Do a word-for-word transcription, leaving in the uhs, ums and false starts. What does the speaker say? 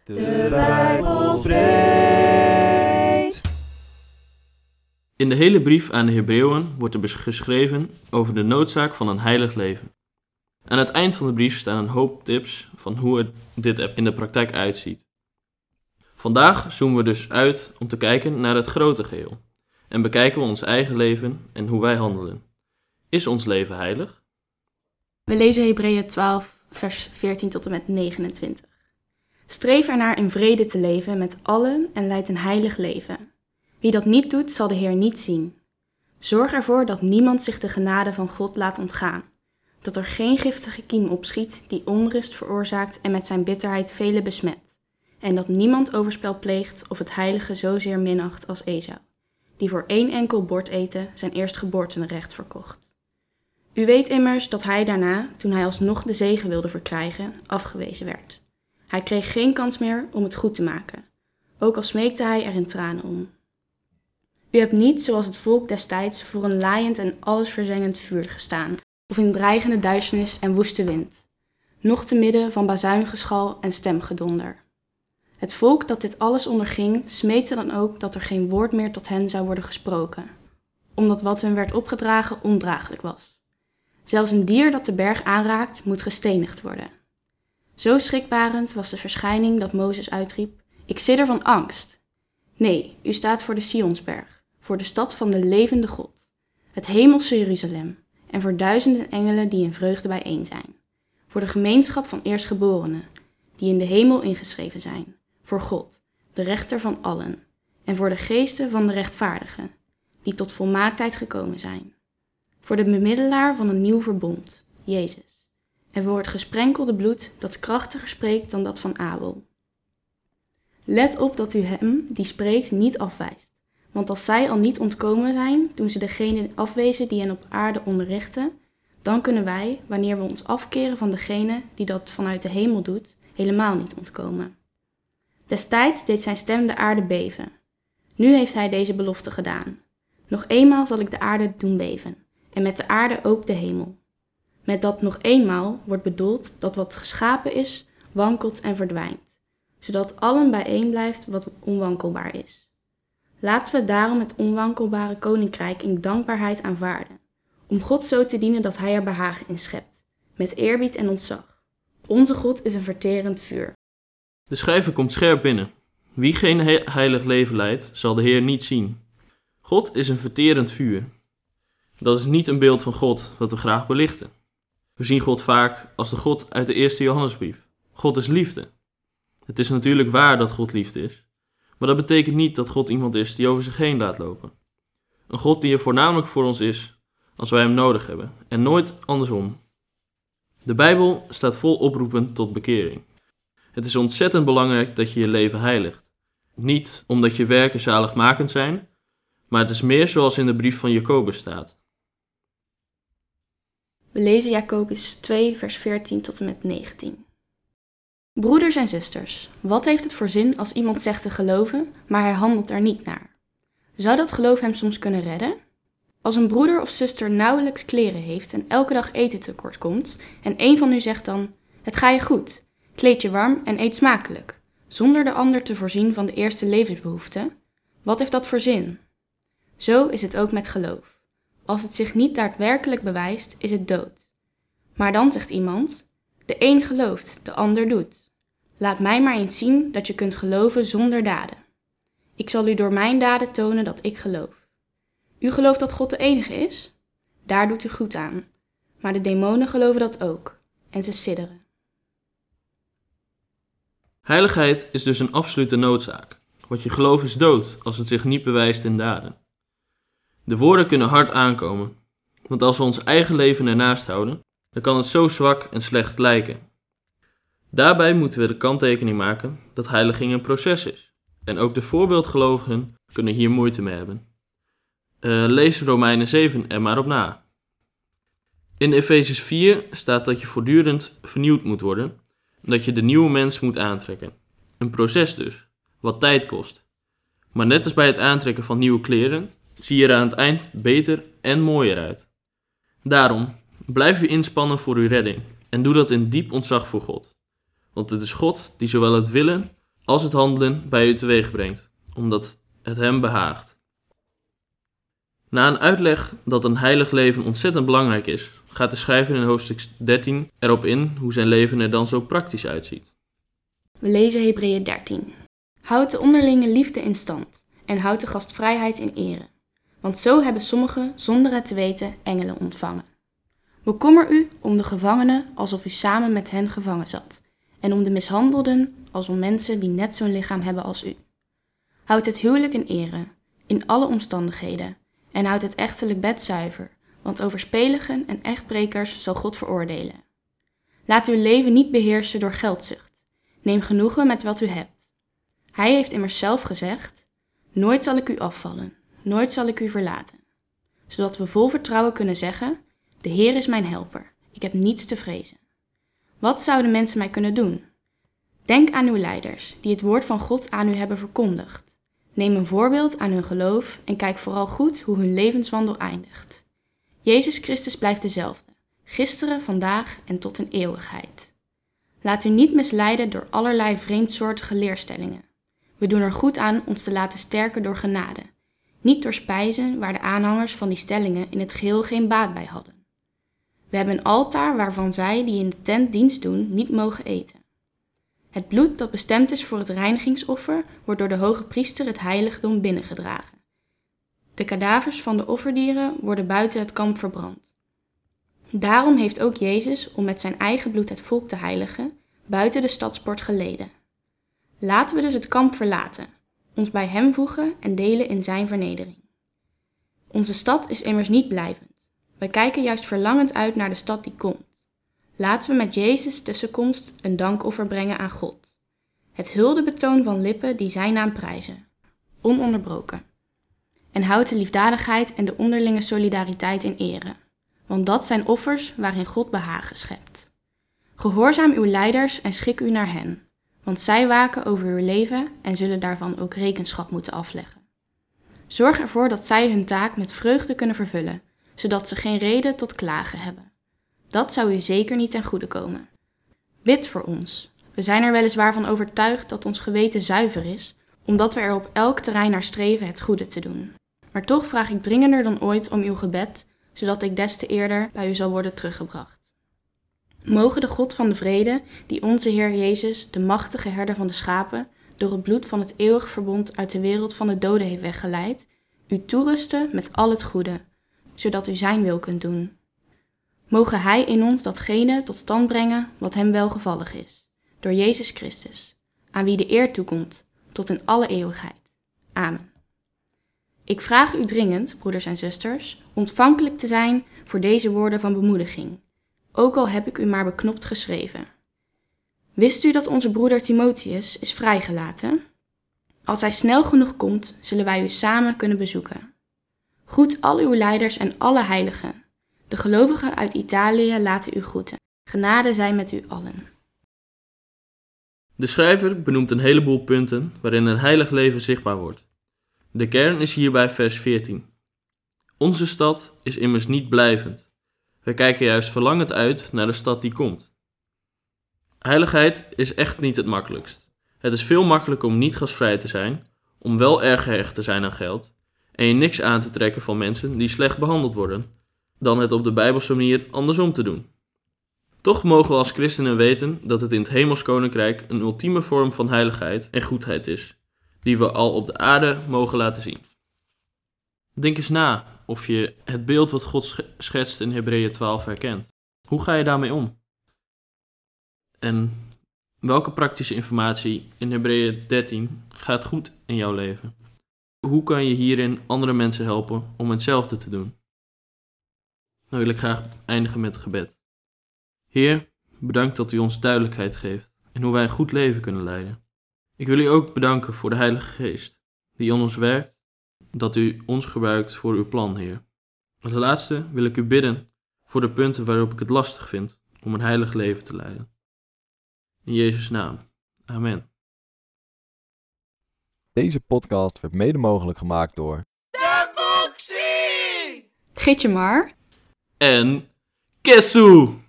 De Bijbel spreekt. In de hele brief aan de Hebreeën wordt er geschreven over de noodzaak van een heilig leven. Aan het eind van de brief staan een hoop tips van hoe het dit in de praktijk uitziet. Vandaag zoomen we dus uit om te kijken naar het grote geheel en bekijken we ons eigen leven en hoe wij handelen. Is ons leven heilig? We lezen Hebreeën twaalf, vers veertien tot en met negenentwintig. Streef ernaar in vrede te leven met allen en leid een heilig leven. Wie dat niet doet, zal de Heer niet zien. Zorg ervoor dat niemand zich de genade van God laat ontgaan. Dat er geen giftige kiem opschiet die onrust veroorzaakt en met zijn bitterheid velen besmet. En dat niemand overspel pleegt of het heilige zozeer minacht als Esau, die voor één enkel bord eten zijn eerstgeboortenrecht verkocht. U weet immers dat hij daarna, toen hij alsnog de zegen wilde verkrijgen, afgewezen werd. Hij kreeg geen kans meer om het goed te maken, ook al smeekte hij er in tranen om. U hebt niet, zoals het volk destijds, voor een laaiend en allesverzengend vuur gestaan, of in dreigende duisternis en woeste wind, noch te midden van bazuingeschal en stemgedonder. Het volk dat dit alles onderging, smeekte dan ook dat er geen woord meer tot hen zou worden gesproken, omdat wat hun werd opgedragen ondraaglijk was. Zelfs een dier dat de berg aanraakt, moet gestenigd worden. Zo schrikbarend was de verschijning dat Mozes uitriep: Ik sidder van angst. Nee, u staat voor de Sionsberg, voor de stad van de levende God, het hemelse Jeruzalem, en voor duizenden engelen die in vreugde bijeen zijn. Voor de gemeenschap van eerstgeborenen, die in de hemel ingeschreven zijn. Voor God, de rechter van allen, en voor de geesten van de rechtvaardigen, die tot volmaaktheid gekomen zijn. Voor de bemiddelaar van een nieuw verbond, Jezus. En voor het gesprenkelde bloed dat krachtiger spreekt dan dat van Abel. Let op dat u hem, die spreekt, niet afwijst. Want als zij al niet ontkomen zijn, toen ze degene afwezen die hen op aarde onderrichten, dan kunnen wij, wanneer we ons afkeren van degene die dat vanuit de hemel doet, helemaal niet ontkomen. Destijds deed zijn stem de aarde beven. Nu heeft hij deze belofte gedaan. Nog eenmaal zal ik de aarde doen beven, en met de aarde ook de hemel. Met dat nog eenmaal wordt bedoeld dat wat geschapen is, wankelt en verdwijnt, zodat allen bijeen blijft wat onwankelbaar is. Laten we daarom het onwankelbare koninkrijk in dankbaarheid aanvaarden, om God zo te dienen dat hij er behagen in schept, met eerbied en ontzag. Onze God is een verterend vuur. De schrijver komt scherp binnen. Wie geen heilig leven leidt, zal de Heer niet zien. God is een verterend vuur. Dat is niet een beeld van God dat we graag belichten. We zien God vaak als de God uit de eerste Johannesbrief. God is liefde. Het is natuurlijk waar dat God liefde is, maar dat betekent niet dat God iemand is die over zich heen laat lopen. Een God die er voornamelijk voor ons is als wij hem nodig hebben en nooit andersom. De Bijbel staat vol oproepen tot bekering. Het is ontzettend belangrijk dat je je leven heiligt. Niet omdat je werken zaligmakend zijn, maar het is meer zoals in de brief van Jacobus staat. We lezen Jacobus twee, vers veertien tot en met negentien. Broeders en zusters, wat heeft het voor zin als iemand zegt te geloven, maar hij handelt er niet naar? Zou dat geloof hem soms kunnen redden? Als een broeder of zuster nauwelijks kleren heeft en elke dag eten tekort komt, en een van u zegt dan: Het ga je goed, kleed je warm en eet smakelijk, zonder de ander te voorzien van de eerste levensbehoeften, wat heeft dat voor zin? Zo is het ook met geloof. Als het zich niet daadwerkelijk bewijst, is het dood. Maar dan zegt iemand: De een gelooft, de ander doet. Laat mij maar eens zien dat je kunt geloven zonder daden. Ik zal u door mijn daden tonen dat ik geloof. U gelooft dat God de enige is? Daar doet u goed aan. Maar de demonen geloven dat ook, en ze sidderen. Heiligheid is dus een absolute noodzaak. Want je geloof is dood als het zich niet bewijst in daden. De woorden kunnen hard aankomen, want als we ons eigen leven ernaast houden, dan kan het zo zwak en slecht lijken. Daarbij moeten we de kanttekening maken dat heiliging een proces is. En ook de voorbeeldgelovigen kunnen hier moeite mee hebben. Uh, lees Romeinen zeven er maar op na. In Efezes vier staat dat je voortdurend vernieuwd moet worden en dat je de nieuwe mens moet aantrekken. Een proces dus, wat tijd kost. Maar net als bij het aantrekken van nieuwe kleren, zie je er aan het eind beter en mooier uit. Daarom, blijf u inspannen voor uw redding en doe dat in diep ontzag voor God. Want het is God die zowel het willen als het handelen bij u teweeg brengt, omdat het hem behaagt. Na een uitleg dat een heilig leven ontzettend belangrijk is, gaat de schrijver in hoofdstuk dertien erop in hoe zijn leven er dan zo praktisch uitziet. We lezen Hebreeën dertien. Houd de onderlinge liefde in stand en houd de gastvrijheid in ere. Want zo hebben sommigen, zonder het te weten, engelen ontvangen. Bekommer u om de gevangenen alsof u samen met hen gevangen zat, en om de mishandelden als om mensen die net zo'n lichaam hebben als u. Houd het huwelijk in ere, in alle omstandigheden, en houd het echtelijk bed zuiver, want overspeligen en echtbrekers zal God veroordelen. Laat uw leven niet beheersen door geldzucht. Neem genoegen met wat u hebt. Hij heeft immers zelf gezegd, nooit zal ik u afvallen, nooit zal ik u verlaten. Zodat we vol vertrouwen kunnen zeggen, de Heer is mijn helper, ik heb niets te vrezen. Wat zouden mensen mij kunnen doen? Denk aan uw leiders, die het woord van God aan u hebben verkondigd. Neem een voorbeeld aan hun geloof en kijk vooral goed hoe hun levenswandel eindigt. Jezus Christus blijft dezelfde, gisteren, vandaag en tot in eeuwigheid. Laat u niet misleiden door allerlei vreemdsoortige leerstellingen. We doen er goed aan ons te laten sterken door genade, niet door spijzen waar de aanhangers van die stellingen in het geheel geen baat bij hadden. We hebben een altaar waarvan zij die in de tent dienst doen niet mogen eten. Het bloed dat bestemd is voor het reinigingsoffer wordt door de hoge priester het heiligdom binnengedragen. De kadavers van de offerdieren worden buiten het kamp verbrand. Daarom heeft ook Jezus, om met zijn eigen bloed het volk te heiligen, buiten de stadspoort geleden. Laten we dus het kamp verlaten, ons bij hem voegen en delen in zijn vernedering. Onze stad is immers niet blijvend. Wij kijken juist verlangend uit naar de stad die komt. Laten we met Jezus' tussenkomst een dankoffer brengen aan God. Het huldebetoon van lippen die zijn naam prijzen, ononderbroken. En houd de liefdadigheid en de onderlinge solidariteit in ere, want dat zijn offers waarin God behagen schept. Gehoorzaam uw leiders en schik u naar hen, want zij waken over uw leven en zullen daarvan ook rekenschap moeten afleggen. Zorg ervoor dat zij hun taak met vreugde kunnen vervullen, zodat ze geen reden tot klagen hebben. Dat zou u zeker niet ten goede komen. Bid voor ons. We zijn er weliswaar van overtuigd dat ons geweten zuiver is, omdat we er op elk terrein naar streven het goede te doen. Maar toch vraag ik dringender dan ooit om uw gebed, zodat ik des te eerder bij u zal worden teruggebracht. Mogen de God van de vrede, die onze Heer Jezus, de machtige herder van de schapen, door het bloed van het eeuwig verbond uit de wereld van de doden heeft weggeleid, u toerusten met al het goede, zodat u zijn wil kunt doen. Mogen hij in ons datgene tot stand brengen wat hem welgevallig is, door Jezus Christus, aan wie de eer toekomt, tot in alle eeuwigheid. Amen. Ik vraag u dringend, broeders en zusters, ontvankelijk te zijn voor deze woorden van bemoediging, ook al heb ik u maar beknopt geschreven. Wist u dat onze broeder Timotheus is vrijgelaten? Als hij snel genoeg komt, zullen wij u samen kunnen bezoeken. Groet al uw leiders en alle heiligen. De gelovigen uit Italië laten u groeten. Genade zij met u allen. De schrijver benoemt een heleboel punten waarin een heilig leven zichtbaar wordt. De kern is hierbij vers veertien. Onze stad is immers niet blijvend. Wij kijken juist verlangend uit naar de stad die komt. Heiligheid is echt niet het makkelijkst. Het is veel makkelijker om niet gasvrij te zijn, om wel erg gehecht te zijn aan geld en je niks aan te trekken van mensen die slecht behandeld worden, dan het op de Bijbelse manier andersom te doen. Toch mogen we als christenen weten dat het in het Hemels Koninkrijk een ultieme vorm van heiligheid en goedheid is, die we al op de aarde mogen laten zien. Denk eens na of je het beeld wat God schetst in Hebreeën twaalf herkent. Hoe ga je daarmee om? En welke praktische informatie in Hebreeën dertien gaat goed in jouw leven? Hoe kan je hierin andere mensen helpen om hetzelfde te doen? Dan wil ik graag eindigen met het gebed. Heer, bedankt dat u ons duidelijkheid geeft in hoe wij een goed leven kunnen leiden. Ik wil u ook bedanken voor de Heilige Geest, die in ons werkt, dat u ons gebruikt voor uw plan, Heer. Als laatste wil ik u bidden voor de punten waarop ik het lastig vind om een heilig leven te leiden. In Jezus' naam. Amen. Deze podcast werd mede mogelijk gemaakt door De Boxie! Gietje maar. En Kessu!